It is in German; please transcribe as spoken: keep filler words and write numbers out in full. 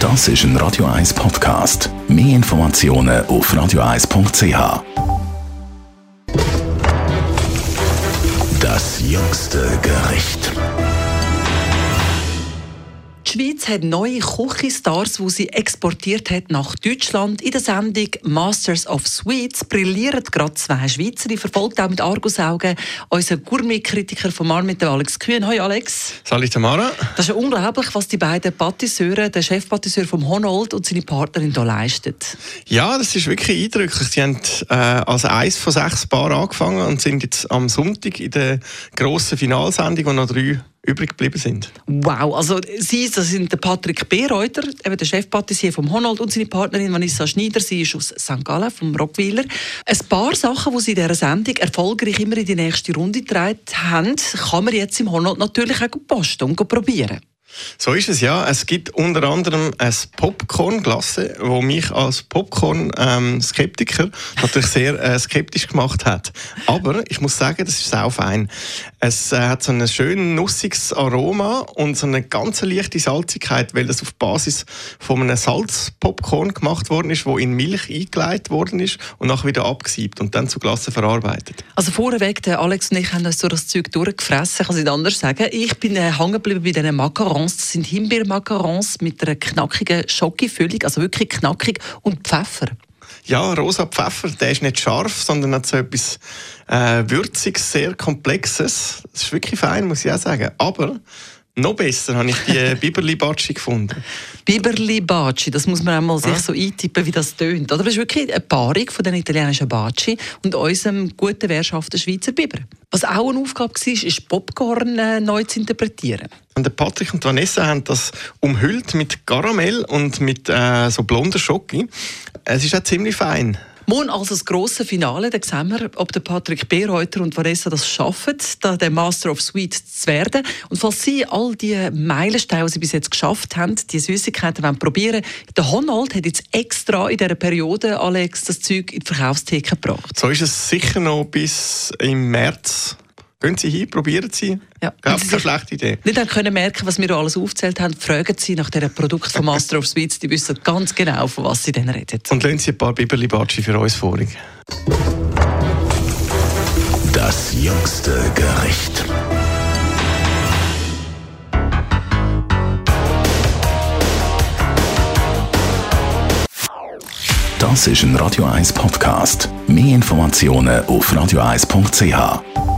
Das ist ein Radio eins Podcast. Mehr Informationen auf radio eins punkt c h. Das jüngste Gericht. Die Schweiz hat neue Küchenstars, die sie exportiert hat nach Deutschland. In der Sendung Masters of Sweets brillieren gerade zwei Schweizer. Ich verfolge auch mit Argusaugen unseren Gourmet-Kritiker vom Mar mit Alex Kühn. Hallo Alex. Salut Tamara. Das ist ja unglaublich, was die beiden Patisseure, der Chefpatisseur vom Honold und seine Partnerin hier leisten. Ja, das ist wirklich eindrücklich. Sie haben äh, als eins von sechs Paar angefangen und sind jetzt am Sonntag in der grossen Finalsendung, wo noch drei übrig geblieben sind. Wow, also Sie, das sind der Patrick Bereuter, eben der Chefpatissier vom Honold, und seine Partnerin Vanessa Schneider, sie ist aus Sankt Gallen, vom Rottweiler. Ein paar Sachen, die Sie in dieser Sendung erfolgreich immer in die nächste Runde getragen haben, kann man jetzt im Honold natürlich auch posten und probieren. So ist es, ja. Es gibt unter anderem ein Popcorn-Glasse, das mich als Popcorn-Skeptiker natürlich sehr äh, skeptisch gemacht hat. Aber ich muss sagen, das ist sau fein. Es äh, hat so ein schön nussiges Aroma und so eine ganz leichte Salzigkeit, weil das auf Basis von einem Salzpopcorn gemacht worden ist, das in Milch eingelegt worden ist und nachher wieder abgesiebt und dann zu Glasse verarbeitet. Also vorweg, der Alex und ich haben uns so das Zeug durchgefressen, ich kann es nicht anders sagen. Ich bin äh, hängen geblieben bei diesen Macarons. Das sind Himbeermacarons mit einer knackigen Schokifüllung, also wirklich knackig, und Pfeffer. Ja, rosa Pfeffer, der ist nicht scharf, sondern hat so etwas äh, Würziges, sehr Komplexes. Das ist wirklich fein, muss ich auch sagen. Aber noch besser habe ich die Biberli-Baci gefunden. Biberli-Baci, das muss man einmal sich ja. so eintippen, wie das tönt. Oder? Das ist wirklich eine Paarung von den italienischen Baci und unserem guten wehrschaften Schweizer Biber. Was auch eine Aufgabe war, ist Popcorn äh, neu zu interpretieren. Und der Patrick und Vanessa haben das umhüllt mit Karamell und mit äh, so blonder Schoki. Es ist auch ziemlich fein. Morgen also das grosse Finale, da sehen wir, ob der Patrick Bereuter und Vanessa das schaffen, da der Master of Sweets zu werden. Und falls Sie all die Meilensteine, die Sie bis jetzt geschafft haben, die Süßigkeiten wollen probieren, der Honold hat jetzt extra in dieser Periode, Alex, das Zeug in die Verkaufstheke gebracht. So ist es sicher noch bis im März. Gehen Sie hin, probieren Sie. Ja. Keine schlechte Idee. Nicht dann können merken, was wir alles aufgezählt haben, fragen Sie nach diesem Produkt von Master of Sweets, die wissen ganz genau, von was Sie denn reden. Und lassen Sie ein paar Biberli-Baci für uns vor. Das jüngste Gericht. Das ist ein Radio eins Podcast. Mehr Informationen auf radio eins punkt c h.